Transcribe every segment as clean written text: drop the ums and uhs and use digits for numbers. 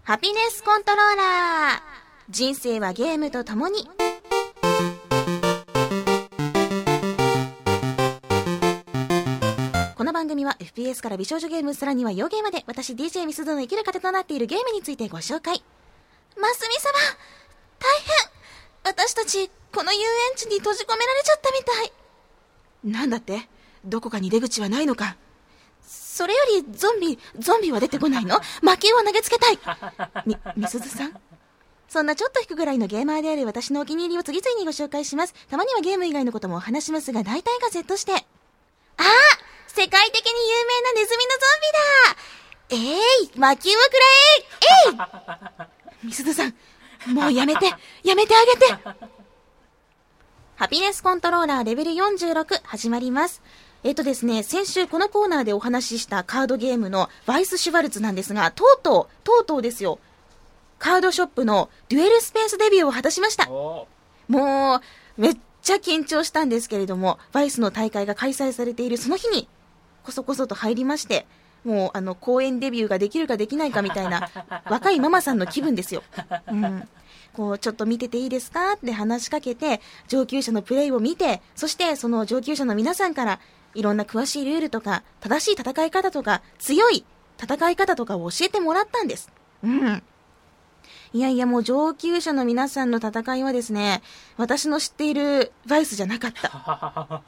ハピネスコントローラー。人生はゲームとともに。この番組は FPS から美少女ゲーム、さらには洋ゲーまで、私 DJ ミスドの生きる糧となっているゲームについてご紹介。ますみ様、大変。私たちこの遊園地に閉じ込められちゃったみたい。 なんだって？どこかに出口はないのか？ それよりゾンビは出てこないの？魔球を投げつけたい。みすずさん、そんなちょっと引くぐらいのゲーマーである私のお気に入りを次々にご紹介します。たまにはゲーム以外のこともお話しますが、大体がセットして。あ、世界的に有名なネズミのゾンビだ。魔球をくらえ。 みすずさん、もうやめてあげて。 ハピネスコントローラーレベル46始まります。ですね、先週このコーナーでお話ししたカードゲームのバイス・シュバルツなんですが、とうとうですよ、カードショップのデュエルスペースデビューを果たしました。もうめっちゃ緊張したんですけれども、バイスの大会が開催されているその日にこそこそと入りまして、もう公演デビューができるかできないかみたいな若いママさんの気分ですよ。こうちょっと見てていいですかって話しかけて、上級者のプレイを見て、そしてその上級者の皆さんからいろんな詳しいルールとか正しい戦い方とか強い戦い方とかを教えてもらったんです。いやもう上級者の皆さんの戦いはですね、私の知っているバイスじゃなかった。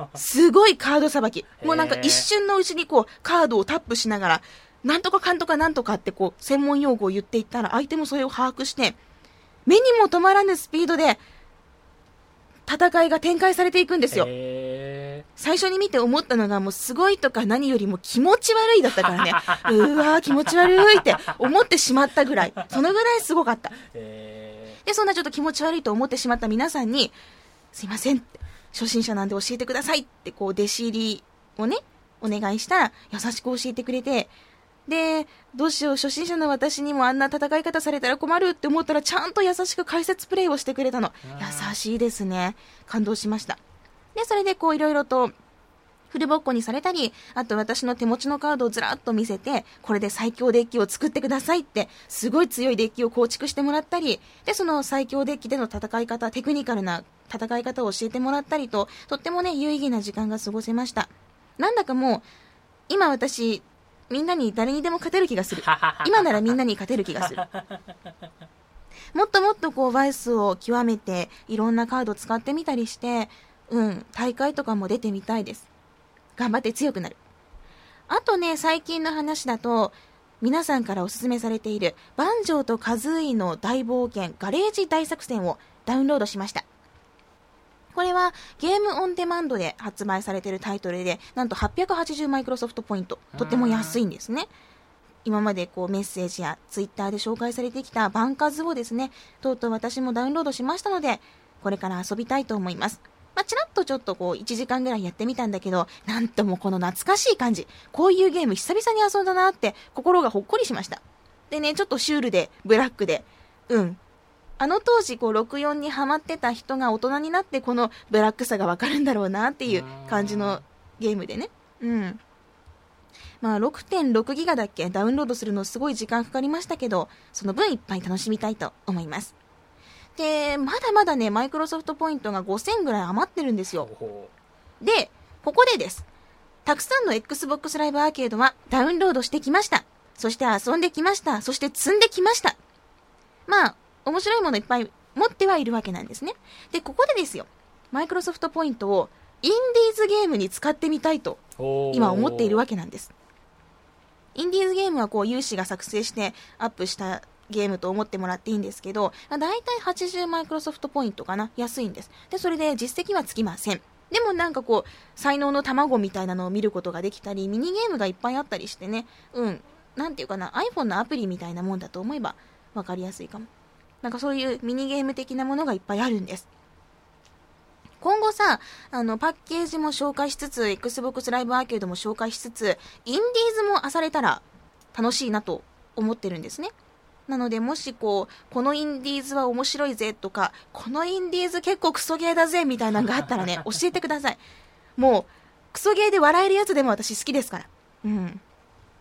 すごいカードさばき。もうなんか一瞬のうちにこうカードをタップしながら、なんとかかんとかなんとかってこう専門用語を言っていったら、相手もそれを把握して目にも止まらぬスピードで戦いが展開されていくんですよ。最初に見て思ったのが、もうすごいとか何よりも気持ち悪いだったからね。うわー気持ち悪いって思ってしまったぐらい、そのぐらいすごかった。で、そんなちょっと気持ち悪いと思ってしまった皆さんに、すいませんって、初心者なんで教えてくださいってこう弟子入りをねお願いしたら、優しく教えてくれて、でどうしよう、初心者の私にもあんな戦い方されたら困るって思ったら、ちゃんと優しく解説プレイをしてくれたの。優しいですね。感動しました。でそれでこういろいろとフルボッコにされたり、あと私の手持ちのカードをずらっと見せて、これで最強デッキを作ってくださいって、すごい強いデッキを構築してもらったり、でその最強デッキでの戦い方、テクニカルな戦い方を教えてもらったりと、とってもね有意義な時間が過ごせました。なんだかもう今私みんなに誰にでも勝てる気がする。今ならみんなに勝てる気がする。もっともっとこうバイスを極めて、いろんなカードを使ってみたりして、大会とかも出てみたいです。頑張って強くなる。あとね、最近の話だと皆さんからおすすめされているバンジョーとカズーイの大冒険ガレージ大作戦をダウンロードしました。これはゲームオンデマンドで発売されているタイトルで、なんと880マイクロソフトポイント、とても安いんですね。今までこうメッセージやツイッターで紹介されてきたバンカズをですね、とうとう私もダウンロードしましたので、これから遊びたいと思います。ちらっとちょっとこう1時間ぐらいやってみたんだけど、なんともこの懐かしい感じ、こういうゲーム久々に遊んだなって心がほっこりしました。でね、ちょっとシュールでブラックで、あの当時こう64にハマってた人が大人になってこのブラックさがわかるんだろうなっていう感じのゲームでね。6.6 ギガだっけ、ダウンロードするのすごい時間かかりましたけど、その分いっぱい楽しみたいと思います。でまだまだねマイクロソフトポイントが5000ぐらい余ってるんですよ。でここでです、たくさんの Xbox ライブアーケードはダウンロードしてきました。そして遊んできました。そして積んできました。面白いものいっぱい持ってはいるわけなんですね。でここでですよ、マイクロソフトポイントをインディーズゲームに使ってみたいと今思っているわけなんです。インディーズゲームはこう有志が作成してアップしたゲームと思ってもらっていいんですけど、だいたい80マイクロソフトポイントかな、安いんです。でそれで実績はつきません。でもなんかこう才能の卵みたいなのを見ることができたり、ミニゲームがいっぱいあったりしてね、なんていうかな、 iPhone のアプリみたいなもんだと思えば分かりやすいかも。なんかそういうミニゲーム的なものがいっぱいあるんです。今後さ、パッケージも紹介しつつ、 Xbox ライブアーケードも紹介しつつ、インディーズも漁れたら楽しいなと思ってるんですね。なのでもしこのインディーズは面白いぜとか、このインディーズ結構クソゲーだぜみたいなのがあったらね教えてください。もうクソゲーで笑えるやつでも私好きですから。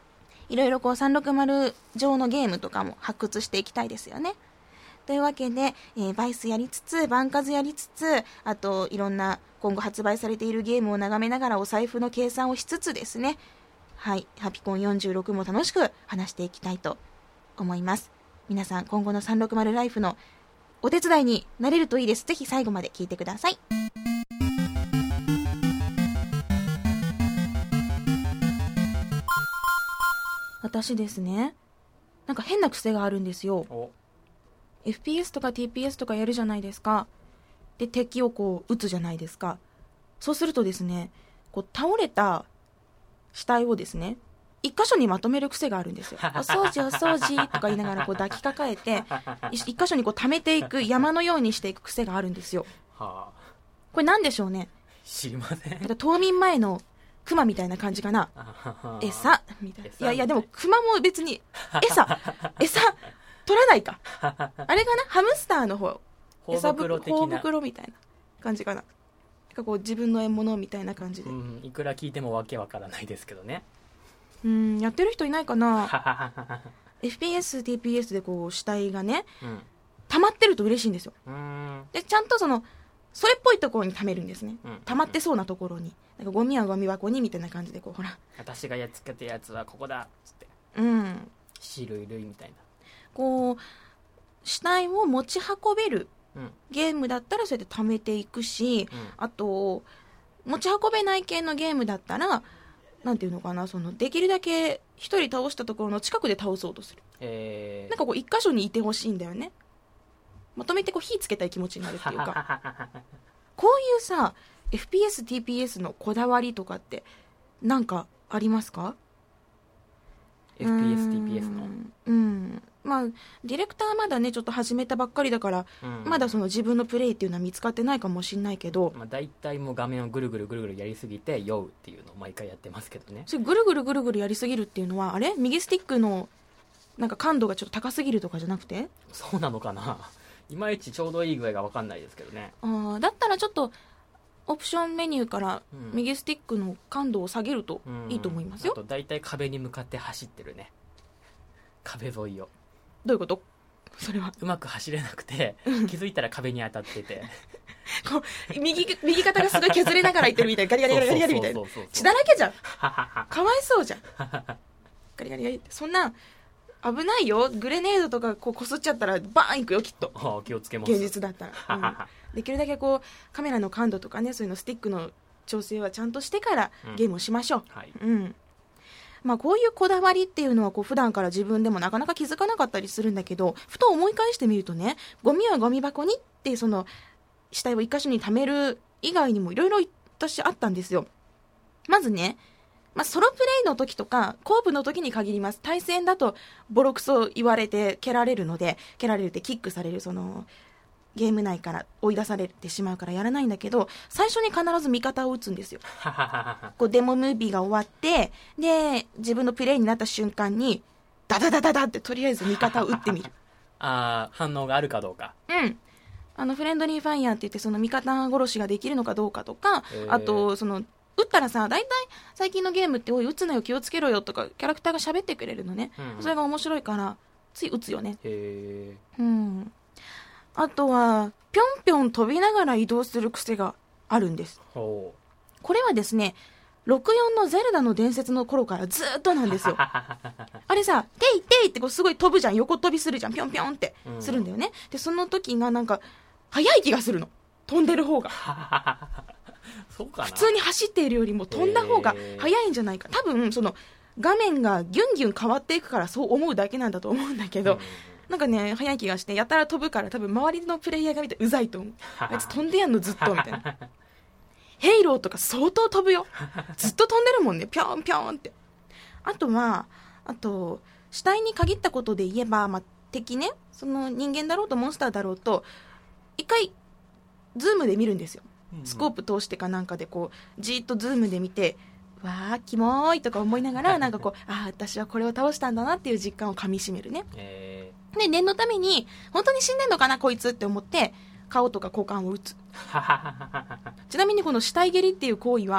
いろいろこう360上のゲームとかも発掘していきたいですよね。というわけで、バイスやりつつ、バンカズやりつつ、あといろんな今後発売されているゲームを眺めながらお財布の計算をしつつですね、はい、ハピコン46も楽しく話していきたいと思います。皆さん今後の360ライフのお手伝いになれるといいです。ぜひ最後まで聞いてください。私ですね、なんか変な癖があるんですよ。FPS とか TPS とかやるじゃないですか。で敵をこう撃つじゃないですか。そうするとですね、こう倒れた死体をですね、一箇所にまとめる癖があるんですよ。お掃除お掃除とか言いながらこう抱きかかえて一箇所にこう溜めていく、山のようにしていく癖があるんですよ。これなんでしょうね。 知りません。 なんか冬眠前のクマみたいな感じかな。餌みたいな。いやでもクマも別に餌取らないか。あれかな、ハムスターの方、餌袋的な、頬袋みたいな感じかな。なんかこう自分の獲物みたいな感じで、 いくら聞いてもわけわからないですけどね。 やってる人いないかな。FPS、TPS でこう死体がね、溜まってると嬉しいんですよ。でちゃんとそれっぽいところに溜めるんですね。溜まってそうなところに、なんかゴミはゴミ箱にみたいな感じでこう、ほら私がやっつけたやつはここだっつって、シル類みたいな、こう死体を持ち運べるゲームだったらそうやって貯めていくし、あと持ち運べない系のゲームだったらなんていうのかな、できるだけ一人倒したところの近くで倒そうとする。なんかこう一箇所にいてほしいんだよね。まとめてこう火つけたい気持ちになるっていうかこういうさ FPS、TPS のこだわりとかってなんかありますか？ FPS、TPS のまあディレクターまだねちょっと始めたばっかりだから、まだ自分のプレイっていうのは見つかってないかもしれないけど、 だいたいもう画面をぐるぐるやりすぎて酔うっていうのを毎回やってますけどね。 それぐるぐるやりすぎるっていうのはあれ、右スティックのなんか感度がちょっと高すぎるとかじゃなくて？ そうなのかな、いまいちちょうどいい具合が分かんないですけどね。 だったらちょっとオプションメニューから右スティックの感度を下げるといいと思いますよ。 あとだいたい壁に向かって走ってるね、壁沿いを。 どういうこと？それはうまく走れなくて気づいたら壁に当たっててこう右肩がすごい削れながらいってるみたいな、ガリガリみたいな、血だらけじゃんかわいそうじゃんガリガリって、そんな危ないよ。グレネードとかこすっちゃったらバーンいくよきっと。 気をつけます。 現実だったら、できるだけこうカメラの感度とかね、そういうのスティックの調整はちゃんとしてからゲームをしましょう。まあ、こういうこだわりっていうのはこう普段から自分でもなかなか気づかなかったりするんだけど、ふと思い返してみるとね、ゴミはゴミ箱にって死体を一箇所に貯める以外にもいろいろ私あったんですよ。まずね、ソロプレイの時とかコープの時に限ります。対戦だとボロクソ言われて蹴られるってキックされる、ゲーム内から追い出されてしまうからやらないんだけど、最初に必ず味方を撃つんですよこうデモムービーが終わって、で自分のプレイになった瞬間にダダダダダってとりあえず味方を撃ってみる反応があるかどうか。 フレンドリーファイヤーって言って味方殺しができるのかどうかとか、あと撃ったらさ、大体最近のゲームっておい撃つなよ気をつけろよとかキャラクターが喋ってくれるのね、それが面白いからつい撃つよね。あとはぴょんぴょん飛びながら移動する癖があるんです。これはですね、64のゼルダの伝説の頃からずっとなんですよあれさ、テイテイってこうすごい飛ぶじゃん、横飛びするじゃん、ぴょんぴょんってするんだよね。でその時がなんか速い気がするの、飛んでる方がそうかな、 普通に走っているよりも飛んだ方が速いんじゃないか。多分画面がギュンギュン変わっていくからそう思うだけなんだと思うんだけど、なんかね速い気がして、やたら飛ぶから多分周りのプレイヤーが見てうざいと思うあいつ飛んでやんのずっとみたいなヘイローとか相当飛ぶよ、ずっと飛んでるもんね、ぴょんぴょんって。あと死体に限ったことで言えば、敵ね、人間だろうとモンスターだろうと一回ズームで見るんですよ。スコープ通してかなんかでこうじーっとズームで見て、わーキモーいとか思いながらなんかこう私はこれを倒したんだなっていう実感をかみしめるね。で念のために本当に死んでんのかなこいつって思って顔とか股間を打つちなみにこの死体蹴りっていう行為は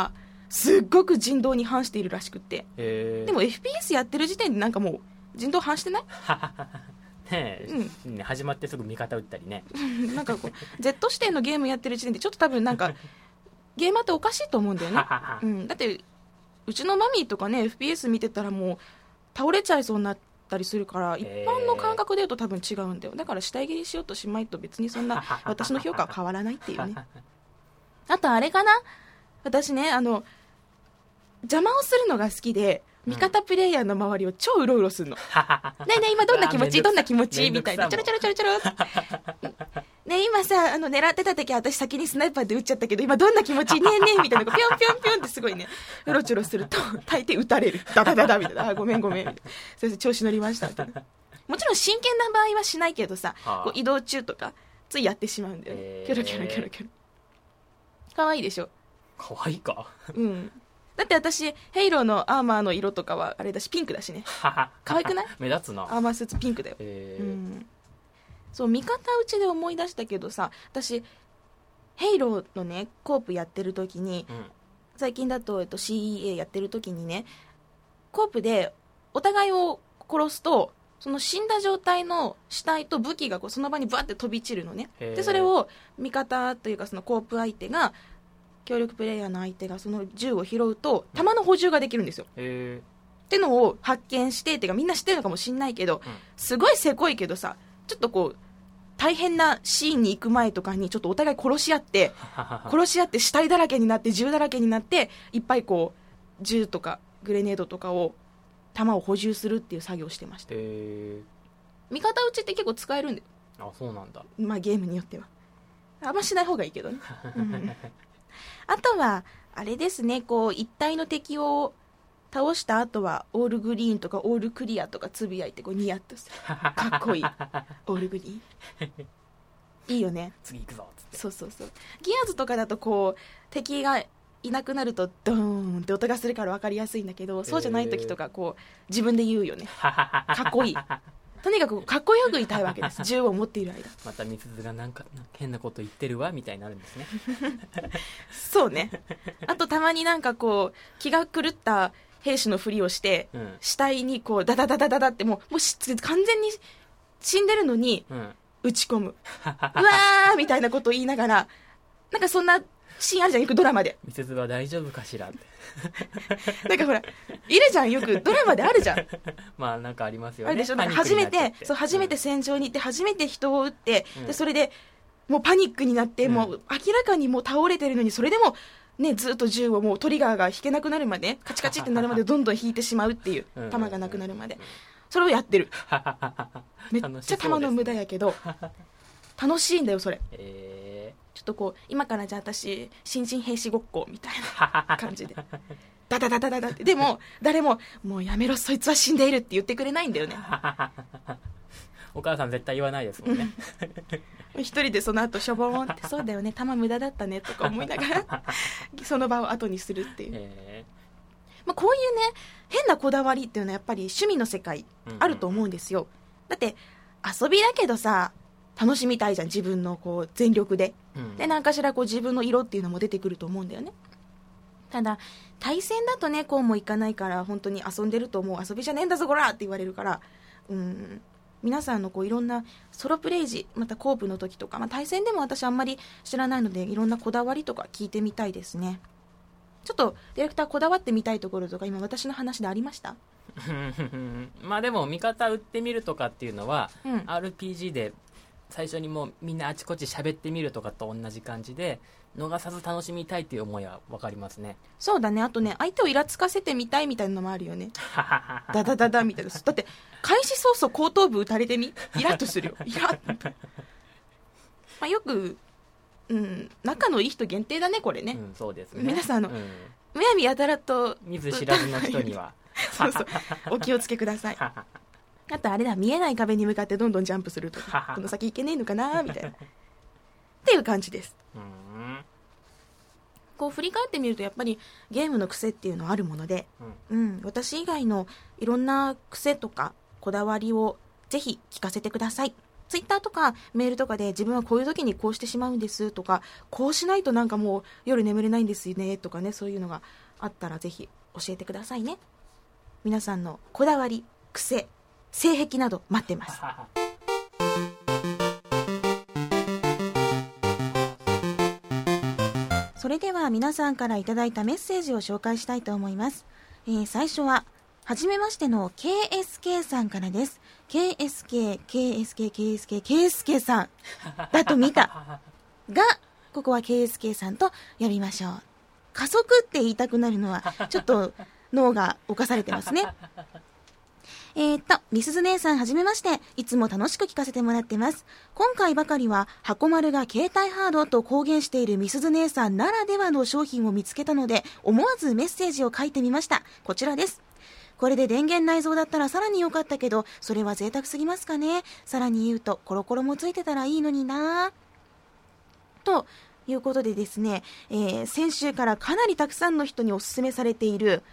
すっごく人道に反しているらしくって、 でも FPS やってる時点でなんかもう人道反してないね始まってすぐ味方撃ったりねなんかこう Z 視点のゲームやってる時点でちょっと多分なんかゲーマーっておかしいと思うんだよねだってうちのマミーとかね FPS 見てたらもう倒れちゃいそうになったりするから、一般の感覚で言うと多分違うんだよ。だから下切りしようとしまいと別にそんな私の評価は変わらないっていうねあとあれかな、私ね邪魔をするのが好きで味方プレイヤーの周りを超うろうろするのねえねえ今どんな気持ちどんな気持ちみたいなちょろちょろちょろちょろねえ今さ狙ってた時私先にスナイパーで撃っちゃったけど今どんな気持ちねえねえみたいなのがピョンピョンピョンってすごいねうろちょろすると大抵撃たれるダダダダみたいなあごめんごめんみたいな先生調子乗りましたみたいなもちろん真剣な場合はしないけどさこう移動中とかついやってしまうんだよねキョロキョロキョロキョロかわいいでしょかわいいかだって私ヘイローのアーマーの色とかはあれだしピンクだしね可愛くない目立つなアーマースーツピンクだよそう味方うちで思い出したけどさ私ヘイローのねコープやってる時に、最近だと、CEA やってる時にねコープでお互いを殺すとその死んだ状態の死体と武器がこうその場にバーって飛び散るのねでそれを味方というかそのコープ相手が協力プレイヤーの相手がその銃を拾うと弾の補充ができるんですよってのを発見しててかみんな知ってるのかもしんないけど、すごいせこいけどさちょっとこう大変なシーンに行く前とかにちょっとお互い殺し合って死体だらけになって銃だらけになっていっぱいこう銃とかグレネードとかを弾を補充するっていう作業をしてました味方撃ちって結構使えるんだよ。 あ、そうなんだ。 まあゲームによってはあんましない方がいいけどね、あとはあれですね、こう一体の敵を倒した後はオールグリーンとかオールクリアとかつぶやいてこうニヤッとするかっこいいオールグリーンいいよね。 次行くぞっつって。 そうそうそう。ギアーズとかだとこう敵がいなくなるとドーンって音がするから分かりやすいんだけど、そうじゃない時とかこう自分で言うよねかっこいいとにかくかっこよくいたいわけです銃を持っている間。 またみすずがなんか変なこと言ってるわみたいになるんですねそうね。あとたまになんかこう気が狂った兵士のふりをして、死体にこうダダダダダダってもう完全に死んでるのに、打ち込むうわーみたいなことを言いながら、なんかそんなシーンあるじゃんよくドラマで。 みすずは大丈夫かしらってなんかほらいるじゃんよくドラマであるじゃんまあなんかありますよね。 あるでしょ。なんか初めて戦場に行って初めて人を撃って、でそれでもうパニックになって、もう明らかにもう倒れてるのにそれでもね、ずっと銃をもうトリガーが引けなくなるまでカチカチってなるまでどんどん引いてしまうっていう弾がなくなるまでそれをやってるめっちゃ弾の無駄やけど楽しいんだよそれ、ちょっとこう今からじゃあ私新人兵士ごっこみたいな感じでダダダダダダってでも誰ももうやめろそいつは死んでいるって言ってくれないんだよねお母さん絶対言わないですもんね一人でその後しょぼーんってそうだよね弾無駄だったねとか思いながらその場を後にするっていう、まあ、こういうね変なこだわりっていうのはやっぱり趣味の世界あると思うんですよ、だって遊びだけどさ楽しみたいじゃん自分のこう全力で、で何かしらこう自分の色っていうのも出てくると思うんだよね。ただ対戦だとねこうもいかないから本当に遊んでるともう遊びじゃねえんだぞこらって言われるから、皆さんのこういろんなソロプレイ時またコープの時とか、まあ、対戦でも私あんまり知らないのでいろんなこだわりとか聞いてみたいですね。ちょっとディレクターこだわってみたいところとか今私の話でありましたまあでも味方打ってみるとかっていうのは、RPG で最初にもうみんなあちこち喋ってみるとかと同じ感じで逃さず楽しみたいっていう思いは分かりますね。 そうだね。あとね相手をイラつかせてみたいみたいなのもあるよねダダダダみたいな。だって開始早々後頭部打たれてみイラッとするよイラッまあよく仲のいい人限定だねこれね、 そうですね。 皆さんむやみやたらと見ず知らずの人にはそうそうお気をつけくださいあとあれだ見えない壁に向かってどんどんジャンプするとかこの先行けねえのかなみたいなっていう感じです。こう振り返ってみるとやっぱりゲームの癖っていうのはあるもので、私以外のいろんな癖とかこだわりをぜひ聞かせてください。ツイッターとかメールとかで自分はこういう時にこうしてしまうんですとかこうしないとなんかもう夜眠れないんですよねとかね、そういうのがあったらぜひ教えてくださいね。皆さんのこだわり、癖、性癖など待ってます。それでは皆さんからいただいたメッセージを紹介したいと思います。最初は初めましての KSK さんからです。 KSK さんだと見たが、ここは KSK さんと呼びましょう。加速って言いたくなるのはちょっと脳が侵されてますね。みすず姉さんはじめまして。いつも楽しく聞かせてもらってます。今回ばかりは箱丸が携帯ハードと公言しているみすず姉さんならではの商品を見つけたので、思わずメッセージを書いてみました。こちらです。これで電源内蔵だったらさらに良かったけど、それは贅沢すぎますかね。さらに言うとコロコロもついてたらいいのになということでですね、先週からかなりたくさんの人にお勧めされている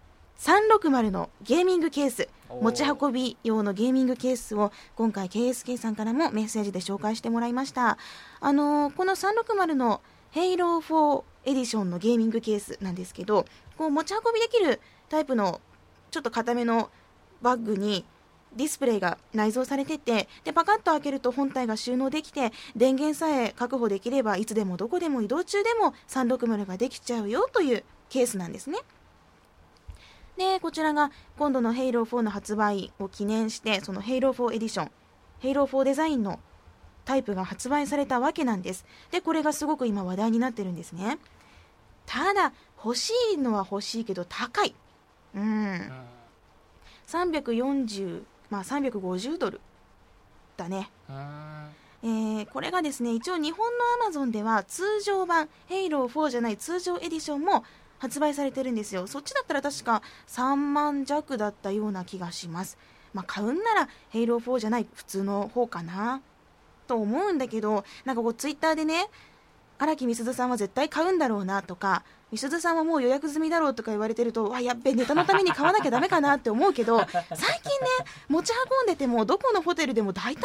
360のゲーミングケース、持ち運び用のゲーミングケースを今回 KSK さんからもメッセージで紹介してもらいました。この360のヘイロー4エディションのゲーミングケースなんですけど、こう持ち運びできるタイプのちょっと固めのバッグにディスプレイが内蔵されてて、でパカッと開けると本体が収納できて、電源さえ確保できればいつでもどこでも移動中でも360ができちゃうよというケースなんですね。でこちらが今度のヘイロー4の発売を記念して、そのヘイロー4エディション、ヘイロー4デザインのタイプが発売されたわけなんです。でこれがすごく今話題になってるんですね。ただ欲しいのは欲しいけど高い。350ドルだね。これがですね、一応日本のアマゾンでは通常版ヘイロー4じゃない通常エディションも発売されてるんですよ。そっちだったら確か3万弱だったような気がします。買うんならヘイロー4じゃない普通の方かなと思うんだけど、なんかこうツイッターでね、荒木みすずさんは絶対買うんだろうなとか、みすずさんはもう予約済みだろうとか言われてると、やっべネタのために買わなきゃダメかなって思うけど、最近ね持ち運んでてもどこのホテルでも大体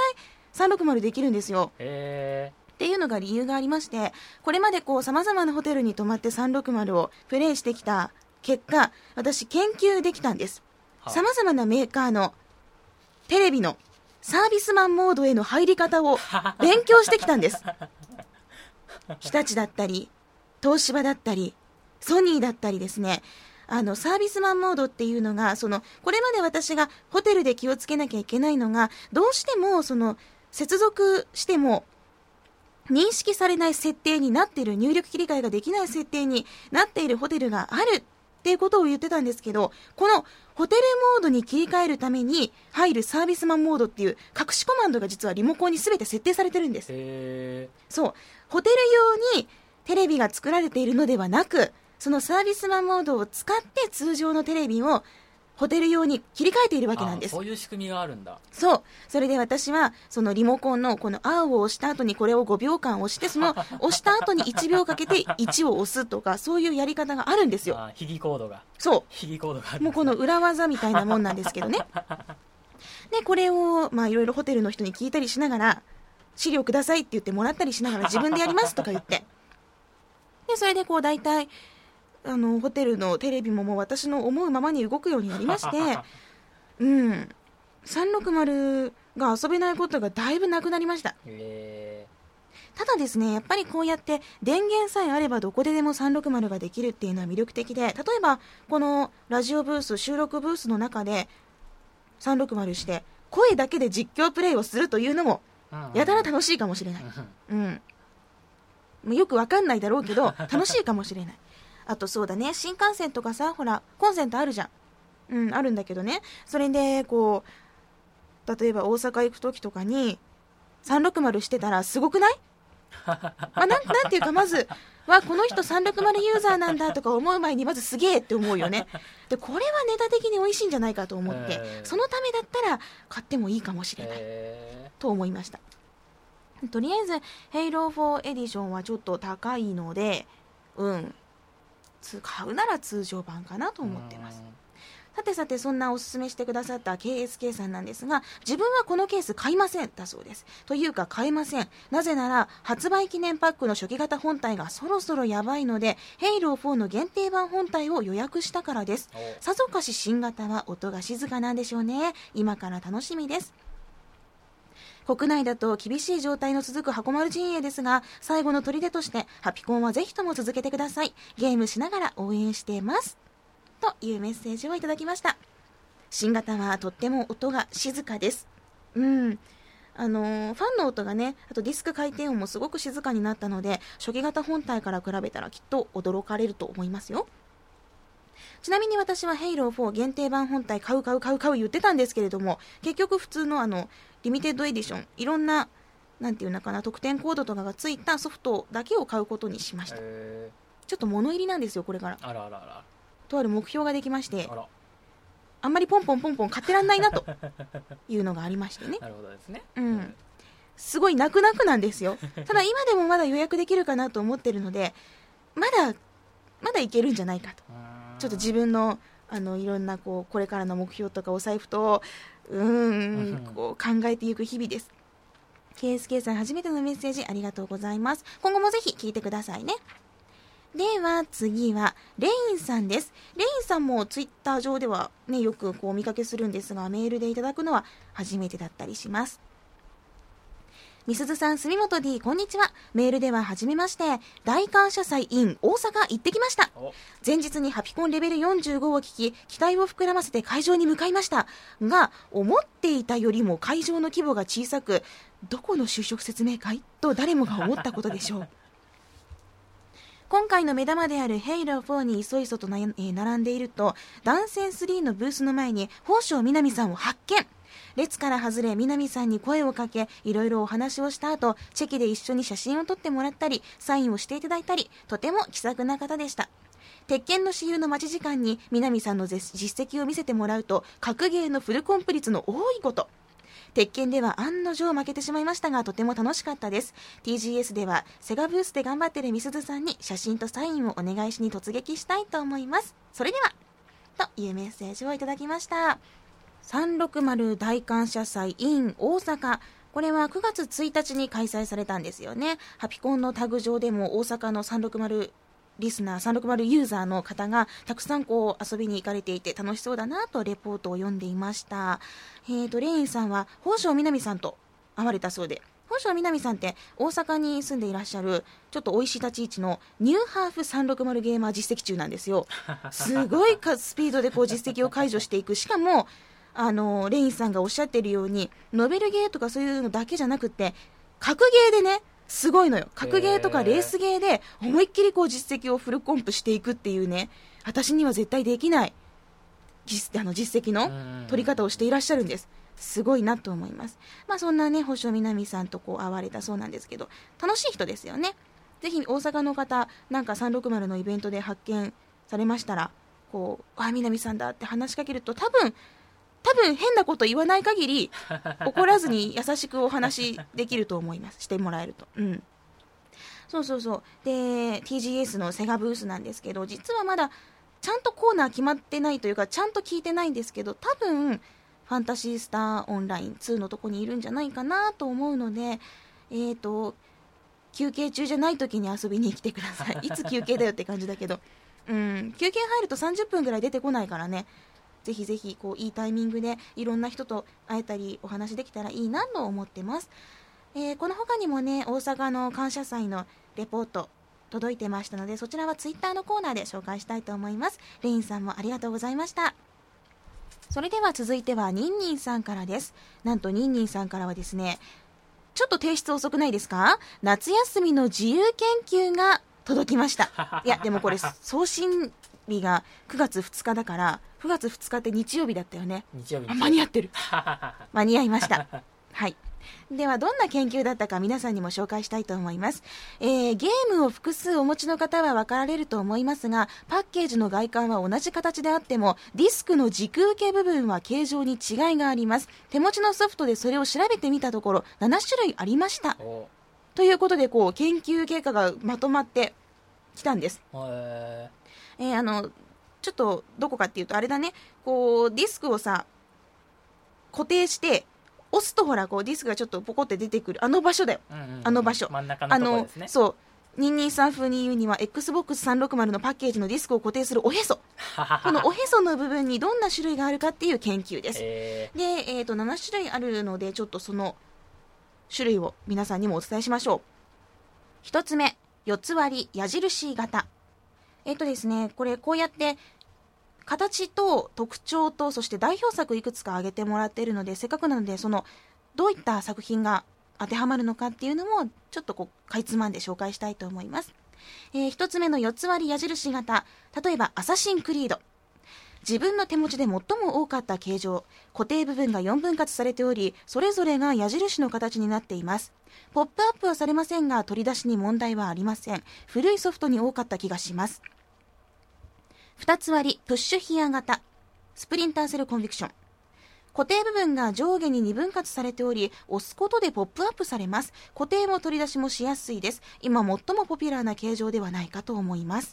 360できるんですよ。っていうのが理由がありまして、これまでさまざまなホテルに泊まって360をプレイしてきた結果、私研究できたんです。さまざまなメーカーのテレビのサービスマンモードへの入り方を勉強してきたんです。日立だったり東芝だったりソニーだったりですね、サービスマンモードっていうのが、これまで私がホテルで気をつけなきゃいけないのが、どうしても接続しても認識されない設定になっている、入力切り替えができない設定になっているホテルがあるっていうことを言ってたんですけど、このホテルモードに切り替えるために入るサービスマンモードっていう隠しコマンドが実はリモコンに全て設定されてるんです。そう、ホテル用にテレビが作られているのではなく、そのサービスマンモードを使って通常のテレビをホテル用に切り替えているわけなんです。 そういう仕組みがあるんだ。 そう、それで私はそのリモコンのこの青を押した後にこれを5秒間押して、その押した後に1秒かけて1を押すとか、そういうやり方があるんですよ。 秘技コードが。 そう、 秘技コードがある。 もうこの裏技みたいなもんなんですけどね。でこれをいろいろホテルの人に聞いたりしながら、資料くださいって言ってもらったりしながら、自分でやりますとか言って、でそれで大体ホテルのテレビももう私の思うままに動くようになりまして、360が遊べないことがだいぶなくなりました。ただですね、やっぱりこうやって電源さえあればどこででも360ができるっていうのは魅力的で、例えばこのラジオブース、収録ブースの中で360して声だけで実況プレイをするというのもやたら楽しいかもしれない。よくわかんないだろうけど楽しいかもしれない。あとそうだね、新幹線とかさ、ほらコンセントあるじゃん。あるんだけどね、それで例えば大阪行く時とかに360してたらすごくない？なんていうか、まずこの人360ユーザーなんだとか思う前に、まずすげえって思うよね。でこれはネタ的に美味しいんじゃないかと思って、そのためだったら買ってもいいかもしれないと思いました。とりあえずヘイロー4エディションはちょっと高いので、買うなら通常版かなと思ってます。 さてさて、そんなおすすめしてくださった KSK さんなんですが、自分はこのケース買いませんだそうです。というか買えません。なぜなら発売記念パックの初期型本体がそろそろやばいので、ヘイロー4の限定版本体を予約したからです。さぞかし新型は音が静かなんでしょうね。今から楽しみです。国内だと厳しい状態の続く箱丸陣営ですが、最後の砦としてハピコンはぜひとも続けてください。ゲームしながら応援していますというメッセージをいただきました。新型はとっても音が静かです。ファンの音がね、あとディスク回転音もすごく静かになったので、初期型本体から比べたらきっと驚かれると思いますよ。ちなみに私はヘイロー4限定版本体買う言ってたんですけれども、結局普通のリミテッドエディション、いろんななんていうのかな、特典コードとかがついたソフトだけを買うことにしました。ちょっと物入りなんですよ、これから。 あらあらあら。 とある目標ができまして、あんまりポンポン買ってらんないなというのがありましてね。 なるほどですね。 すごい泣く泣くなんですよ。ただ今でもまだ予約できるかなと思ってるので、まだいけるんじゃないかと。ちょっと自分のいろんなこれからの目標とかお財布と考えていく日々です。KSK さん、初めてのメッセージありがとうございます。今後もぜひ聞いてくださいね。では次はレインさんです。レインさんもツイッター上ではね、よくお見かけするんですが、メールでいただくのは初めてだったりします。みすずさん、住本 D、こんにちは。メールでは初めまして、大感謝祭 in 大阪行ってきました。前日にハピコンレベル45を聞き、期待を膨らませて会場に向かいましたが、思っていたよりも会場の規模が小さく、どこの就職説明会と誰もが思ったことでしょう。今回の目玉であるヘイロー4にいそいそと並んでいると、ダンセン3のブースの前に宝生みなみさんを発見。列から外れ南さんに声をかけ、いろいろお話をした後、チェキで一緒に写真を撮ってもらったりサインをしていただいたり、とても気さくな方でした。鉄拳の私有の待ち時間に南さんの実績を見せてもらうと、格ゲーのフルコンプ率の多いこと。鉄拳では案の定負けてしまいましたが、とても楽しかったです。 TGS ではセガブースで頑張ってるみすずさんに写真とサインをお願いしに突撃したいと思います。それではというメッセージをいただきました。360大感謝祭 in 大阪、これは9月1日に開催されたんですよね。ハピコンのタグ上でも大阪の360リスナー、360ユーザーの方がたくさん遊びに行かれていて楽しそうだなとレポートを読んでいました。レインさんは宝生みなみさんと会われたそうで、宝生みなみさんって大阪に住んでいらっしゃるちょっと美味しい立ち位置のニューハーフ360ゲーマー実績中なんですよ。すごいスピードで実績を解除していく。しかもレインさんがおっしゃっているように、ノベルゲーとかそういうのだけじゃなくて、格ゲーでね、すごいのよ。格ゲーとかレースゲーで思いっきり実績をフルコンプしていくっていうね、私には絶対できない実績の取り方をしていらっしゃるんです。すごいなと思います。そんなね、星野みなみさんと会われたそうなんですけど、楽しい人ですよね。ぜひ大阪の方、なんか360のイベントで発見されましたら、みなみさんだって話しかけると、多分変なこと言わない限り怒らずに優しくお話できると思います。してもらえると。そうで TGS のセガブースなんですけど、実はまだちゃんとコーナー決まってないというか、ちゃんと聞いてないんですけど、多分ファンタシースターオンライン2のとこにいるんじゃないかなと思うので、休憩中じゃない時に遊びに来てください。いつ休憩だよって感じだけど、休憩入ると30分ぐらい出てこないからね、ぜひぜひいいタイミングでいろんな人と会えたりお話できたらいいなと思ってます。この他にもね、大阪の感謝祭のレポート届いてましたので、そちらはツイッターのコーナーで紹介したいと思います。レインさんもありがとうございました。それでは続いてはニンニンさんからです。なんとニンニンさんからはですね、ちょっと提出遅くないですか？夏休みの自由研究が届きました。いやでもこれ送信日が9月2日だから、9月2日って日曜日だったよね。 日曜日。 間に合ってる。間に合いました。はい。ではどんな研究だったか皆さんにも紹介したいと思います。ゲームを複数お持ちの方は分かられると思いますが、パッケージの外観は同じ形であってもディスクの軸受け部分は形状に違いがあります。手持ちのソフトでそれを調べてみたところ7種類ありました。ということで研究結果がまとまってきたんです。 ちょっとどこかっていうとあれだね、こうディスクをさ固定して押すとほらこうディスクがちょっとポコって出てくるあの場所だよ、あの場所、 真ん中のところですね。 そうニンニンさん風に言うには XBOX360 のパッケージのディスクを固定するおへそこのおへその部分にどんな種類があるかっていう研究です、で、7種類あるのでちょっとその種類を皆さんにもお伝えしましょう。一つ目、四つ割り矢印型。ですね、これこうやって形と特徴とそして代表作いくつか挙げてもらっているので、せっかくなのでそのどういった作品が当てはまるのかっていうのもちょっとこうかいつまんで紹介したいと思います。一つ目の四つ割り矢印型、例えばアサシンクリード。自分の手持ちで最も多かった形状、固定部分が4分割されており、それぞれが矢印の形になっています。ポップアップはされませんが、取り出しに問題はありません。古いソフトに多かった気がします。二つ割りプッシュヒア型、スプリンターセルコンビクション。固定部分が上下に2分割されており、押すことでポップアップされます。固定も取り出しもしやすいです。今最もポピュラーな形状ではないかと思います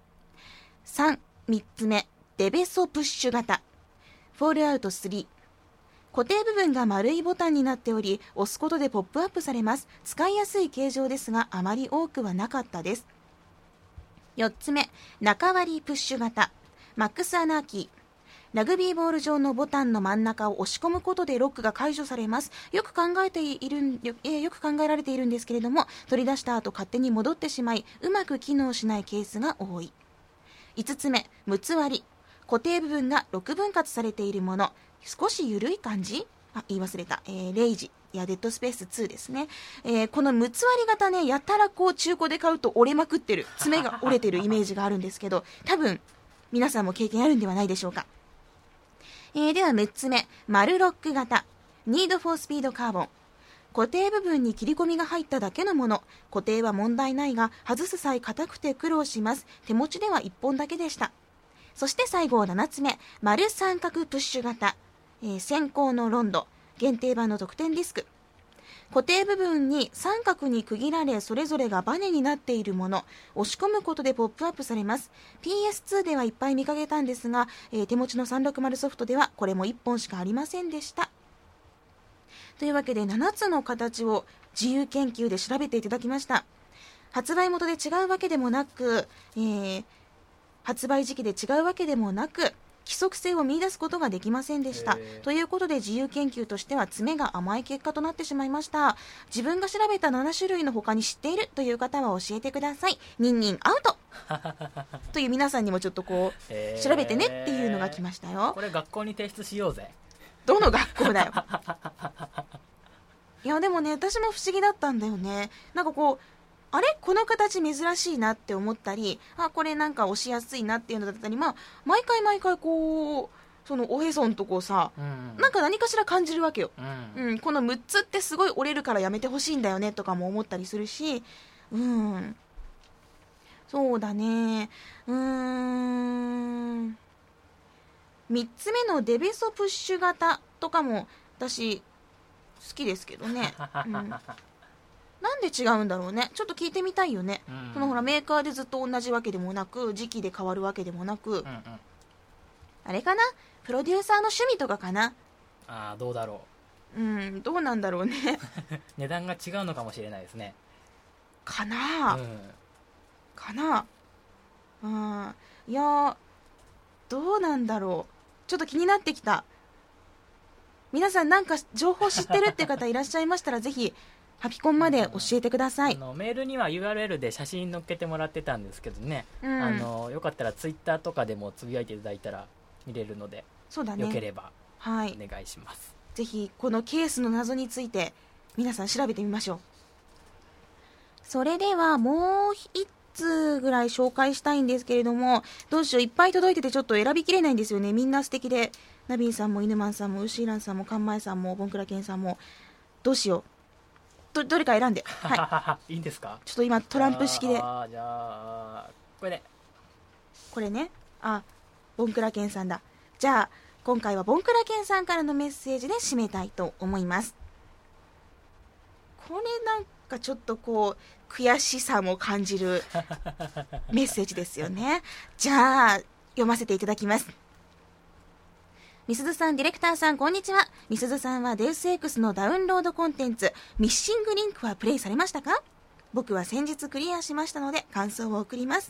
。3つ目、デベソプッシュ型、フォールアウト3。固定部分が丸いボタンになっており、押すことでポップアップされます。使いやすい形状ですが、あまり多くはなかったです。4つ目、中割りプッシュ型、マックスアナーキー。ラグビーボール状のボタンの真ん中を押し込むことでロックが解除されます。よく考えられているんですけれども、取り出した後勝手に戻ってしまい、うまく機能しないケースが多い。5つ目、6つ割り。固定部分が6分割されているもの。少し緩い感じ？言い忘れた。レイジ。デッドスペース2ですね。この6つ割り型ね、やたらこう中古で買うと折れまくってる。爪が折れてるイメージがあるんですけど、多分、皆さんも経験あるんではないでしょうか。では6つ目、丸ロック型、ニードフォースピードカーボン。固定部分に切り込みが入っただけのもの。固定は問題ないが、外す際硬くて苦労します。手持ちでは1本だけでした。そして最後7つ目、丸三角プッシュ型、先行のロンド、限定版の特典ディスク。固定部分に三角に区切られ、それぞれがバネになっているもの。押し込むことでポップアップされます。PS2 ではいっぱい見かけたんですが、手持ちの360ソフトではこれも1本しかありませんでした。というわけで7つの形を自由研究で調べていただきました。発売元で違うわけでもなく、発売時期で違うわけでもなく、規則性を見出すことができませんでした。ということで自由研究としては詰めが甘い結果となってしまいました。自分が調べた7種類の他に知っているという方は教えてください。ニンニンアウトという皆さんにもちょっとこう、調べてねっていうのが来ましたよ。 これ学校に提出しようぜ。 どの学校だよいやでもね、私も不思議だったんだよね。なんかこう、あれこの形珍しいなって思ったり、これなんか押しやすいなっていうのだったり、毎回こうそのおへそのとこさ、なんか何かしら感じるわけよ、この6つってすごい折れるからやめてほしいんだよねとかも思ったりするし、そうだね、3つ目のデベソプッシュ型とかも私好きですけどね、なんで違うんだろうね。ちょっと聞いてみたいよね。そのほらメーカーでずっと同じわけでもなく、時期で変わるわけでもなく、あれかな、プロデューサーの趣味とかかな。 どうだろう。どうなんだろうね値段が違うのかもしれないですね。 かな、かな。いやどうなんだろう。ちょっと気になってきた。皆さんなんか情報知ってるって方いらっしゃいましたらぜひハピコンまで教えてください。 メールには URL で写真載っけてもらってたんですけどね、よかったらツイッターとかでもつぶやいていただいたら見れるので、 そうだね、 よければお願いします。 ぜひこのケースの謎について皆さん調べてみましょう。それではもう1つぐらい紹介したいんですけれども、どうしよう、いっぱい届いててちょっと選びきれないんですよね。みんな素敵で、ナビンさんもイヌマンさんもウシーランさんもカンマイさんもボンクラケンさんも、どうしよう、どれか選んでいいんですか。 ちょっと今トランプ式で、 じゃあこれね、 ボンクラケンさんだ。じゃあ今回はボンクラケンさんからのメッセージで締めたいと思います。これなんかちょっとこう悔しさも感じるメッセージですよね。じゃあ読ませていただきます。みすずさん、ディレクターさん、こんにちは。みすずさんはデウス X のダウンロードコンテンツミッシングリンクはプレイされましたか？僕は先日クリアしましたので感想を送ります。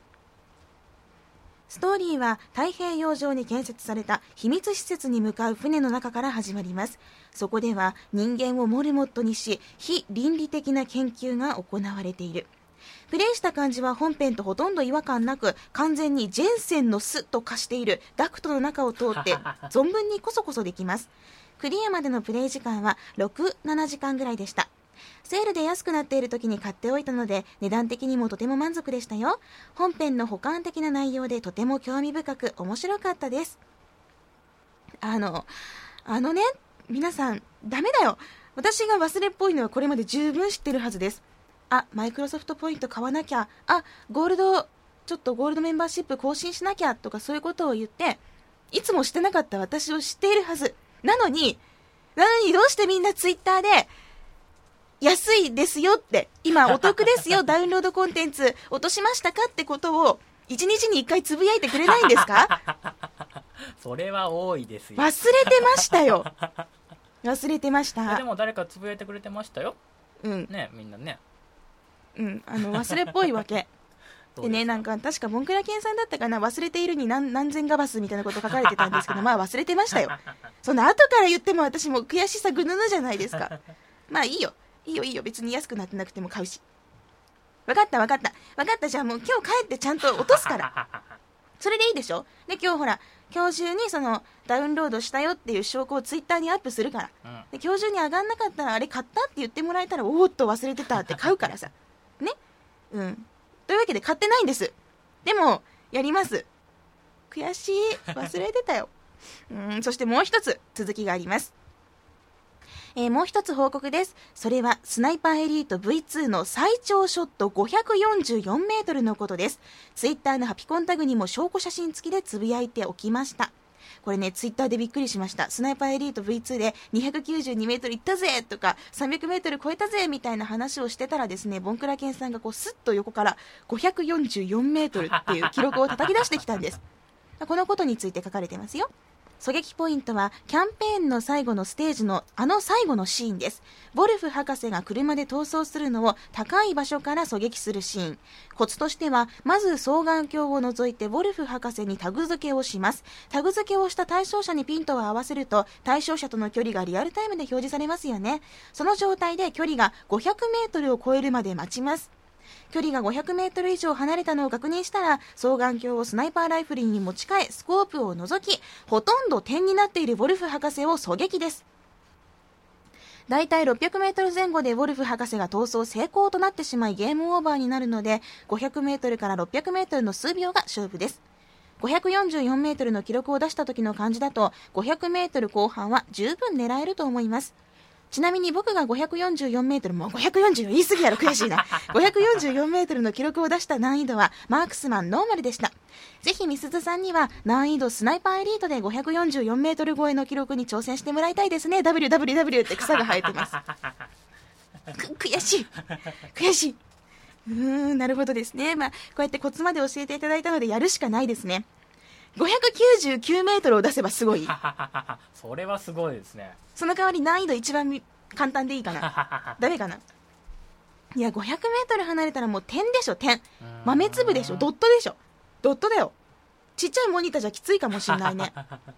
ストーリーは太平洋上に建設された秘密施設に向かう船の中から始まります。そこでは人間をモルモットにし、非倫理的な研究が行われている。プレイした感じは本編とほとんど違和感なく、完全にジェンセンの巣と化しているダクトの中を通って存分にコソコソできます。クリアまでのプレイ時間は6、7時間ぐらいでした。セールで安くなっている時に買っておいたので、値段的にもとても満足でしたよ。本編の補完的な内容でとても興味深く面白かったです。ね、皆さんダメだよ。私が忘れっぽいのはこれまで十分知ってるはずです。マイクロソフトポイント買わなきゃ、ちょっとゴールドメンバーシップ更新しなきゃとか、そういうことを言っていつもしてなかった私を知っているはずなのにどうしてみんなツイッターで安いですよって、今お得ですよダウンロードコンテンツ落としましたかってことを1日に1回つぶやいてくれないんですか？ それは多いですよ。 忘れてましたよ。忘れてました。 でも誰かつぶやいてくれてましたよ。 うんね、みんなね。 忘れっぽいわけでね、なんか確かボンクラケンさんだったかな、忘れているに何千ガバスみたいなこと書かれてたんですけど、忘れてましたよ。そんな後から言っても私も悔しさぐぬぬじゃないですか。いいよ別に安くなってなくても買うし。分かったじゃあもう今日帰ってちゃんと落とすからそれでいいでしょ。で今日中にそのダウンロードしたよっていう証拠をツイッターにアップするから、で今日中に上がんなかったらあれ買ったって言ってもらえたら、おーっと忘れてたって買うからさね。というわけで買ってないんです。でもやります。悔しい、忘れてたよそしてもう一つ続きがあります。もう一つ報告です。それはスナイパーエリート V2 の最長ショット544メートルのことです。ツイッターのハピコンタグにも証拠写真付きでつぶやいておきました。これね、ツイッターでびっくりしました。スナイパーエリート V2 で292メートルいったぜとか300メートル超えたぜみたいな話をしてたらですね、ボンクラケンさんがスッと横から544メートルっていう記録を叩き出してきたんです。このことについて書かれてますよ。狙撃ポイントはキャンペーンの最後のステージの最後のシーンです。ボルフ博士が車で逃走するのを高い場所から狙撃するシーン。コツとしてはまず双眼鏡を除いてボルフ博士にタグ付けをします。タグ付けをした対象者にピントを合わせると対象者との距離がリアルタイムで表示されますよね。その状態で距離が500メートルを超えるまで待ちます。距離が500メートル以上離れたのを確認したら、双眼鏡をスナイパーライフルに持ち替え、スコープを覗き、ほとんど点になっているウォルフ博士を狙撃です。だいたい600メートル前後でウォルフ博士が逃走成功となってしまいゲームオーバーになるので、500メートルから600メートルの数秒が勝負です。544メートルの記録を出した時の感じだと、500メートル後半は十分狙えると思います。ちなみに僕が544メートル、もう544言い過ぎやろ、悔しいな。544メートルの記録を出した難易度はマークスマンノーマルでした。ぜひみすずさんには難易度スナイパーエリートで544メートル超えの記録に挑戦してもらいたいですね。WWW って草が生えてます。悔しい。なるほどですね。こうやってコツまで教えていただいたのでやるしかないですね。599メートルを出せばすごい。 それはすごいですね。 その代わり難易度一番簡単でいいかな。ダメかな。いや、500メートル離れたらもう点でしょ、点。豆粒でしょ、ドットでしょ。ドットだよ。ちっちゃいモニターじゃきついかもしんないね。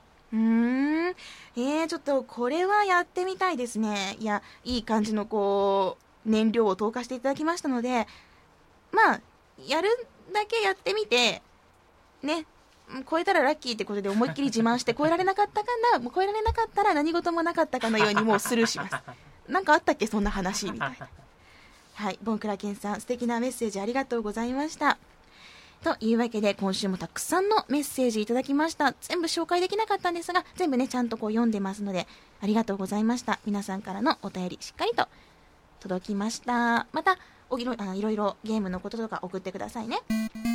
ちょっとこれはやってみたいですね。いや、いい感じの燃料を投下していただきましたので、やるだけやってみて、ね。超えたらラッキーってことで思いっきり自慢して超えられなかったら何事もなかったかのようにもうスルーします。なんかあったっけそんな話みたいな。はい、ボンクラケンさん素敵なメッセージありがとうございました。というわけで今週もたくさんのメッセージいただきました。全部紹介できなかったんですが全部ねちゃんと読んでますのでありがとうございました。皆さんからのお便りしっかりと届きました。またいろいろゲームのこととか送ってくださいね。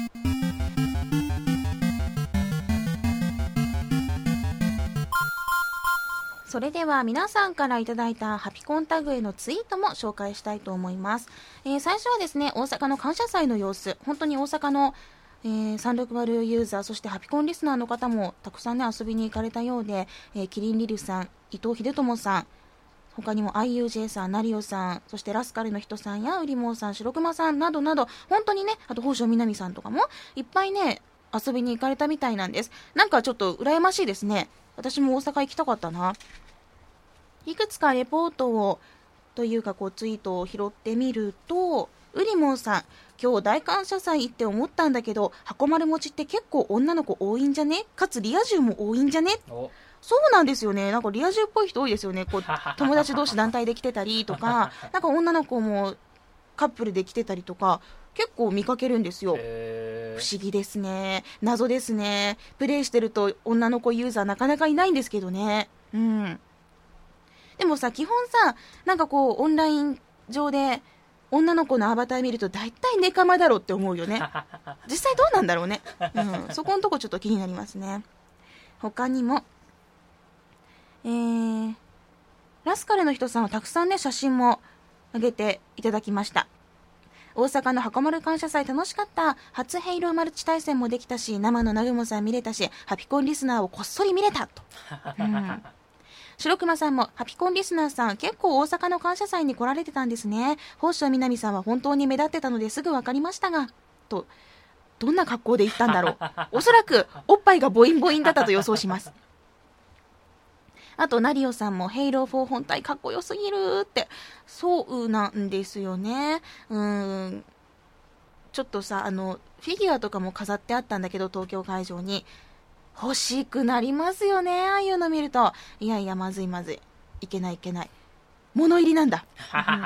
それでは皆さんからいただいたハピコンタグへのツイートも紹介したいと思います。最初はですね、大阪の感謝祭の様子、本当に大阪の 360ユーザー、そしてハピコンリスナーの方もたくさんね遊びに行かれたようで、キリンリルさん、伊藤秀友さん、他にも IUJ さん、ナリオさん、そしてラスカルの人さんやウリモーさん、白熊さんなどなど、本当にね、あと宝生みなみさんとかもいっぱいね遊びに行かれたみたいなんです。なんかちょっと羨ましいですね。私も大阪行きたかったな。いくつかレポートをというかツイートを拾ってみると、ウリモンさん、今日大感謝祭行って思ったんだけど、箱丸餅って結構女の子多いんじゃね、かつリア充も多いんじゃね。そうなんですよね。なんかリア充っぽい人多いですよね。友達同士団体で来てたりとかなんか女の子もカップルで来てたりとか結構見かけるんですよ。不思議ですね。謎ですね。プレイしてると女の子ユーザーなかなかいないんですけどね。でもさ、基本さ、なんかオンライン上で女の子のアバター見ると大体ネカマだろって思うよね。実際どうなんだろうね。そこのとこちょっと気になりますね。他にもラスカルの人さんはたくさんね写真も上げていただきました。大阪の箱丸感謝祭楽しかった。初ヘイローマルチ対戦もできたし、生のナグモさん見れたし、ハピコンリスナーをこっそり見れたと。白熊さんも、ハピコンリスナーさん結構大阪の感謝祭に来られてたんですね。宝生みなみさんは本当に目立ってたのですぐ分かりましたがと。どんな格好で行ったんだろう。おそらくおっぱいがボインボインだったと予想します。あとナリオさんもヘイロー4本体かっこよすぎるって。そうなんですよね。ちょっとさ、フィギュアとかも飾ってあったんだけど、東京会場に欲しくなりますよね、ああいうの見ると。いやいや、まずいまずい、いけないいけない、物入りなんだ。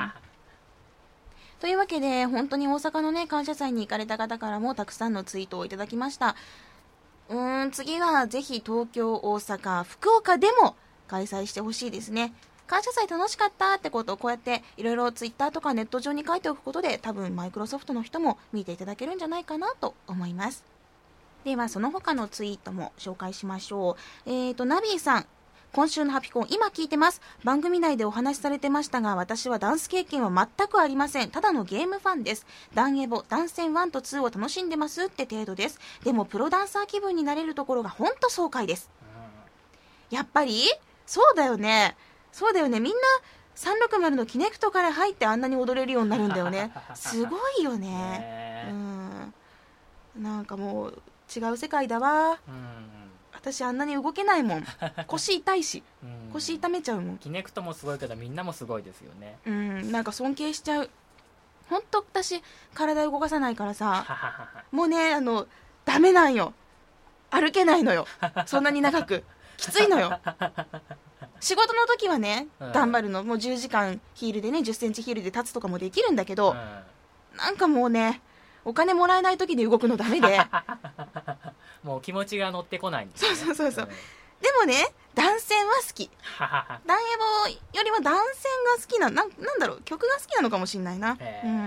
というわけで、本当に大阪のね感謝祭に行かれた方からもたくさんのツイートをいただきました。次はぜひ東京、大阪、福岡でも開催してほしいですね。感謝祭楽しかったってことをこうやっていろいろツイッターとかネット上に書いておくことで、多分マイクロソフトの人も見ていただけるんじゃないかなと思います。ではその他のツイートも紹介しましょう。ナビーさん、今週のハピコン今聞いてます。番組内でお話しされてましたが、私はダンス経験は全くありません。ただのゲームファンです。ダンエボ、ダンセン1と2を楽しんでますって程度です。でもプロダンサー気分になれるところがほんと爽快です。やっぱりそうだよね。そうだよね。みんな360のキネクトから入ってあんなに踊れるようになるんだよね。すごいよね。なんかもう違う世界だわ。私あんなに動けないもん。腰痛いし、腰痛めちゃうもん。 キネクトもすごいけどみんなもすごいですよね。 なんか尊敬しちゃう。ほんと私体動かさないからさもうね、ダメなんよ。歩けないのよ、そんなに長く。きついのよ。仕事の時はね、頑張るの。もう10時間ヒールでね、10センチヒールで立つとかもできるんだけど、なんかもうね、お金もらえない時に動くのダメでもう気持ちが乗ってこないんですね。 そう、でもね、ダンセンは好き。ダンエボよりはダンセンが好きなんだろう、曲が好きなのかもしんないな。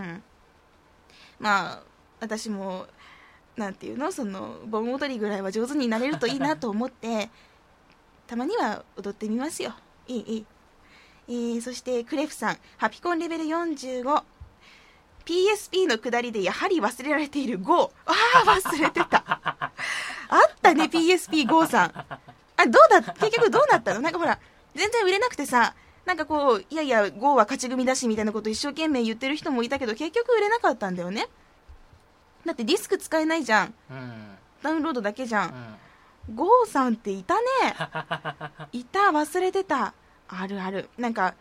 まあ私もなんていうの、その盆踊りぐらいは上手になれるといいなと思ってたまには踊ってみますよ。いい。そしてクレフさん、ハピコンレベル45、 PSP の下りでやはり忘れられている GO。 忘れてたあったね、 PSP GO さん。結局どうなったの。なんかほら全然売れなくてさ、なんかいやいや GO は勝ち組だしみたいなこと一生懸命言ってる人もいたけど、結局売れなかったんだよね。だってディスク使えないじゃん、ダウンロードだけじゃん。GO さんっていたね。いた、忘れてた。あるある。なんか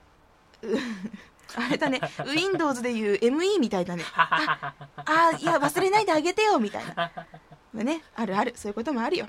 あれだね、Windows でいう ME みたいだね。いや忘れないであげてよみたいなね。あるある、そういうこともあるよ。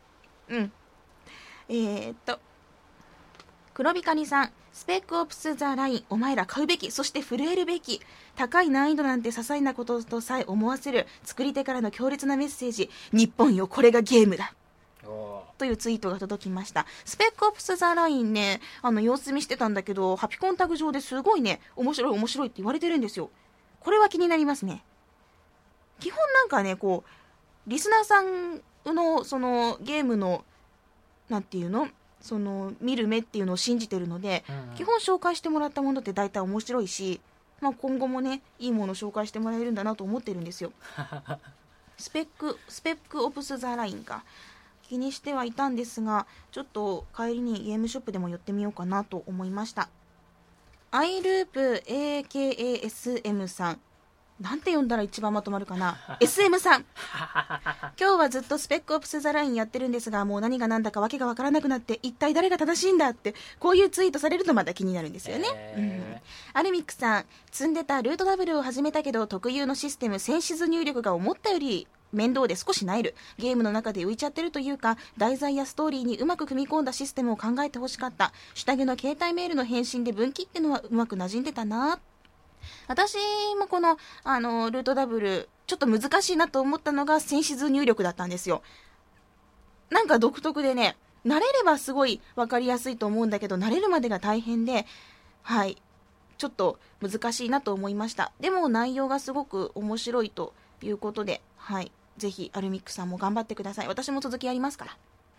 黒光さん、スペックオプスザライン、お前ら買うべき、そして震えるべき。高い難易度なんて些細なこととさえ思わせる作り手からの強烈なメッセージ。日本よ、これがゲームだというツイートが届きました。スペックオプスザラインね、様子見してたんだけど、ハピコンタグ上ですごいね、面白いって言われてるんですよ。これは気になりますね。基本なんかね、リスナーさんのそのゲームのなんていうの、その見る目っていうのを信じてるので、基本紹介してもらったものって大体面白いし、今後もねいいものを紹介してもらえるんだなと思ってるんですよ。 スペックオプスザラインか気にしてはいたんですが、ちょっと帰りにゲームショップでも寄ってみようかなと思いました。アイループ AKASM さん、なんて読んだら一番まとまるかなSM さん今日はずっとスペックオプスザラインやってるんですが、もう何が何だかわけがわからなくなって、一体誰が正しいんだって、こういうツイートされるとまた気になるんですよね、アルミックさん、積んでたルートダブルを始めたけど、特有のシステムセンシズ入力が思ったより面倒で少し萎える。ゲームの中で浮いちゃってるというか、題材やストーリーにうまく組み込んだシステムを考えてほしかった。下着の携帯メールの返信で分岐ってのはうまく馴染んでたな。私もこの、ルートダブルちょっと難しいなと思ったのがセンシズ入力だったんですよ。なんか独特でね、慣れればすごい分かりやすいと思うんだけど、慣れるまでが大変で、はい、ちょっと難しいなと思いました。でも内容がすごく面白いということで、はい、ぜひアルミックさんも頑張ってください。私も続きやりますから。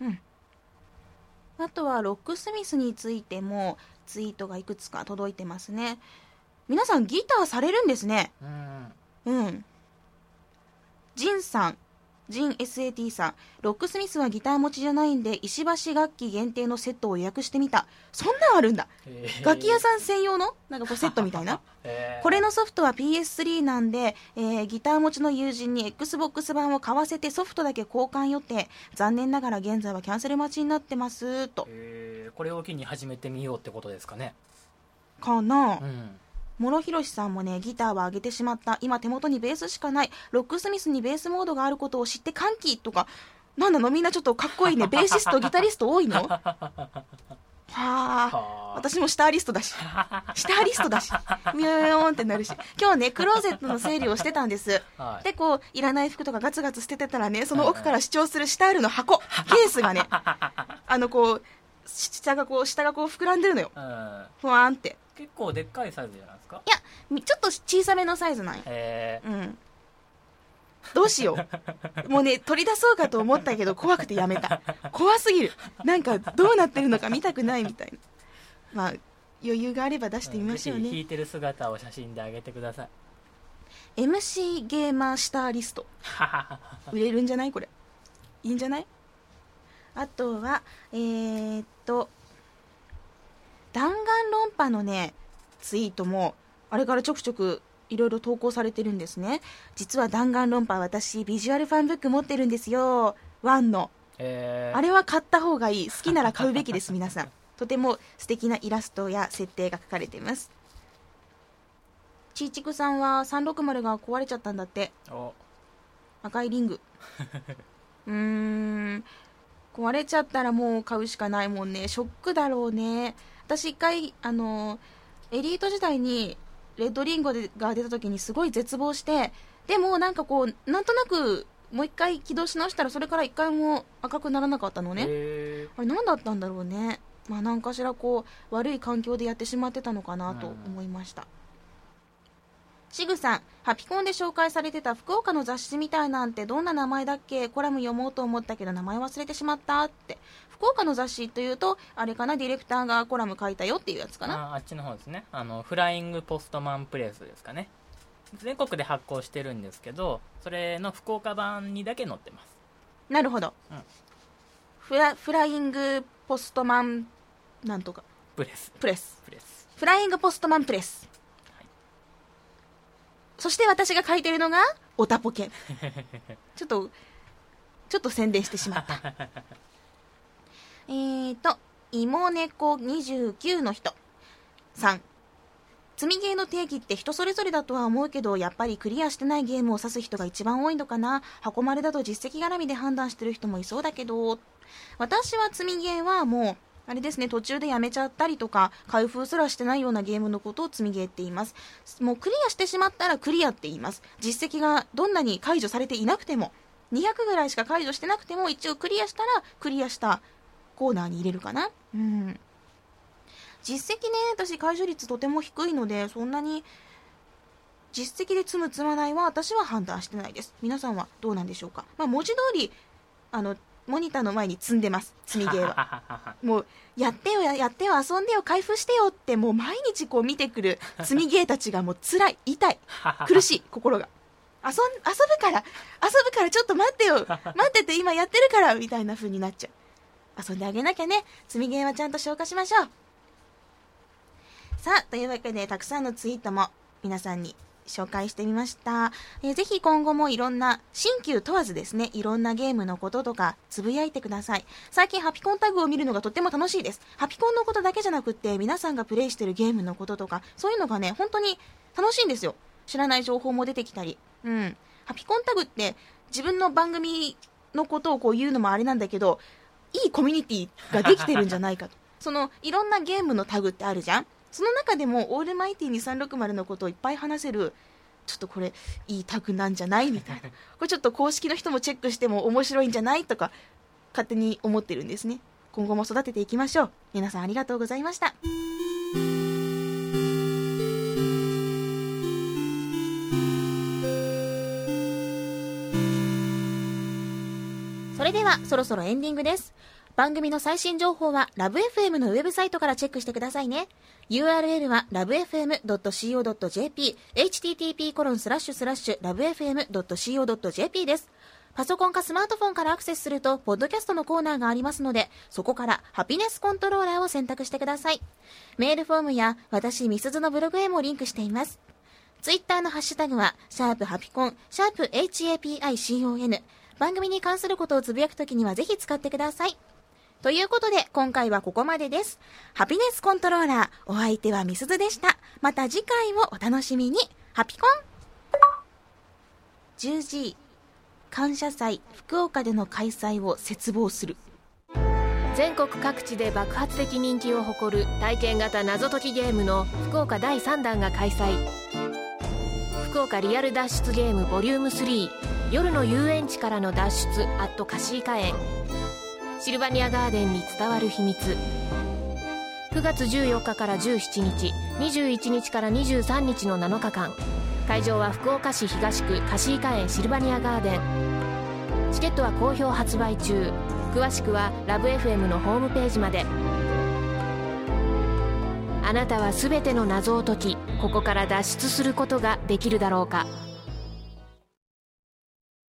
あとはロックスミスについてもツイートがいくつか届いてますね。皆さんギターされるんですね。ジンさん、ジン SAT さん、ロックスミスはギター持ちじゃないんで石橋楽器限定のセットを予約してみた。そんなんあるんだ。楽器屋さん専用のなんかこうセットみたいなこれのソフトは PS3 なんで、ギター持ちの友人に Xbox 版を買わせてソフトだけ交換予定。残念ながら現在はキャンセル待ちになってますと。 これを機に始めてみようってことですかね。 かな、諸広さんもね、ギターは上げてしまった。今手元にベースしかない。ロックスミスにベースモードがあることを知って歓喜とか。なんなの、みんなちょっとかっこいいね。ベーシストギタリスト多いのはあ、私もスターリストだしミューンってなるし。今日ね、クローゼットの整理をしてたんです、でこういらない服とかガツガツ捨ててたらね、その奥から主張するシタールの箱、ケースがねこう下がこう膨らんでるのよ、ふわーんって。 結構でっかいサイズじゃないですか。 いや、ちょっと小さめのサイズなんよ。どうしよう。もうね、取り出そうかと思ったけど怖くてやめた。怖すぎる。なんかどうなってるのか見たくないみたいな。まあ余裕があれば出してみましょうね。 ぜひ弾いてる姿を写真で上げてください。 MC ゲーマースターリスト売れるんじゃないこれ。いいんじゃない。あとは弾丸論破のねツイートもあれからちょくちょくいろいろ投稿されてるんですね。実は弾丸論破、私ビジュアルファンブック持ってるんですよ、ワンの、あれは買った方がいい。好きなら買うべきです皆さん。とても素敵なイラストや設定が書かれています。ちいちくさんは360が壊れちゃったんだって。赤いリング壊れちゃったらもう買うしかないもんね。ショックだろうね。私一回エリート時代にレッドリンゴが出た時にすごい絶望して、でもなんかこうなんとなくもう一回起動し直したらそれから一回も赤くならなかったのね。あれ何だったんだろうね。まあ何かしらこう悪い環境でやってしまってたのかなと思いました。シグさん、ハピコンで紹介されてた福岡の雑誌みたいなんてどんな名前だっけ、コラム読もうと思ったけど名前忘れてしまったって。福岡の雑誌というとあれかな、ディレクターがコラム書いたよっていうやつかな。 あっちの方ですね。フライングポストマンプレスですかね。全国で発行してるんですけど、それの福岡版にだけ載ってます。 なるほど、フライングポストマンなんとかプレスフライングポストマンプレス、そして私が書いてるのがオタポケちょっと宣伝してしまった芋猫29の人3、積みゲーの定義って人それぞれだとは思うけど、やっぱりクリアしてないゲームを指す人が一番多いのかな。箱丸だと実績絡みで判断してる人もいそうだけど、私は積みゲーはもうあれですね、途中でやめちゃったりとか開封すらしてないようなゲームのことを積みゲーって言います。もうクリアしてしまったらクリアって言います。実績がどんなに解除されていなくても、200ぐらいしか解除してなくても一応クリアしたらクリアしたコーナーに入れるかな。実績ね、私解除率とても低いので、そんなに実績で積む積まないは私は判断してないです。皆さんはどうなんでしょうか。まあ、文字通りモニターの前に積んでます、積みゲーはもうやってよ遊んでよ開封してよって、もう毎日こう見てくる積みゲーたちがもう辛い、痛い、苦しい心が。 遊ぶからちょっと待ってよ待ってて今やってるからみたいな風になっちゃう。遊んであげなきゃね。積みゲーはちゃんと消化しましょう。さあ、というわけでたくさんのツイートも皆さんに紹介してみました。ぜひ今後もいろんな新旧問わずですね、いろんなゲームのこととかつぶやいてください。最近ハピコンタグを見るのがとっても楽しいです。ハピコンのことだけじゃなくって皆さんがプレイしてるゲームのこととかそういうのがね本当に楽しいんですよ。知らない情報も出てきたり、ハピコンタグって自分の番組のことをこう言うのもあれなんだけど、いいコミュニティができてるんじゃないかとそのいろんなゲームのタグってあるじゃん。その中でもオールマイティ2360のことをいっぱい話せる、ちょっとこれいいタグなんじゃないみたいな、これちょっと公式の人もチェックしても面白いんじゃないとか勝手に思ってるんですね。今後も育てていきましょう。皆さんありがとうございました。 それではそろそろエンディングです。番組の最新情報はラブ FM のウェブサイトからチェックしてくださいね。 URL は lovefm.co.jp http://lovefm.co.jp です。パソコンかスマートフォンからアクセスするとポッドキャストのコーナーがありますので、そこからハピネスコントローラーを選択してください。メールフォームや私みすずのブログへもリンクしています。ツイッターのハッシュタグはシャープハピコンシャープ HAPICON、 番組に関することをつぶやくときにはぜひ使ってください。ということで今回はここまでです。ハピネスコントローラー、お相手はみすずでした。また次回をお楽しみに。ハピコン。 10G 感謝祭福岡での開催を切望する。 全国各地で爆発的人気を誇る体験型謎解きゲームの福岡第3弾が開催。福岡リアル脱出ゲームボリューム3、夜の遊園地からの脱出@カシイカ園、シルバニアガーデンに伝わる秘密。9月14日から17日、21日から23日の7日間、会場は福岡市東区カシイカ園シルバニアガーデン。チケットは好評発売中。詳しくはラブ FM のホームページまで。あなたはすべての謎を解き、ここから脱出することができるだろうか。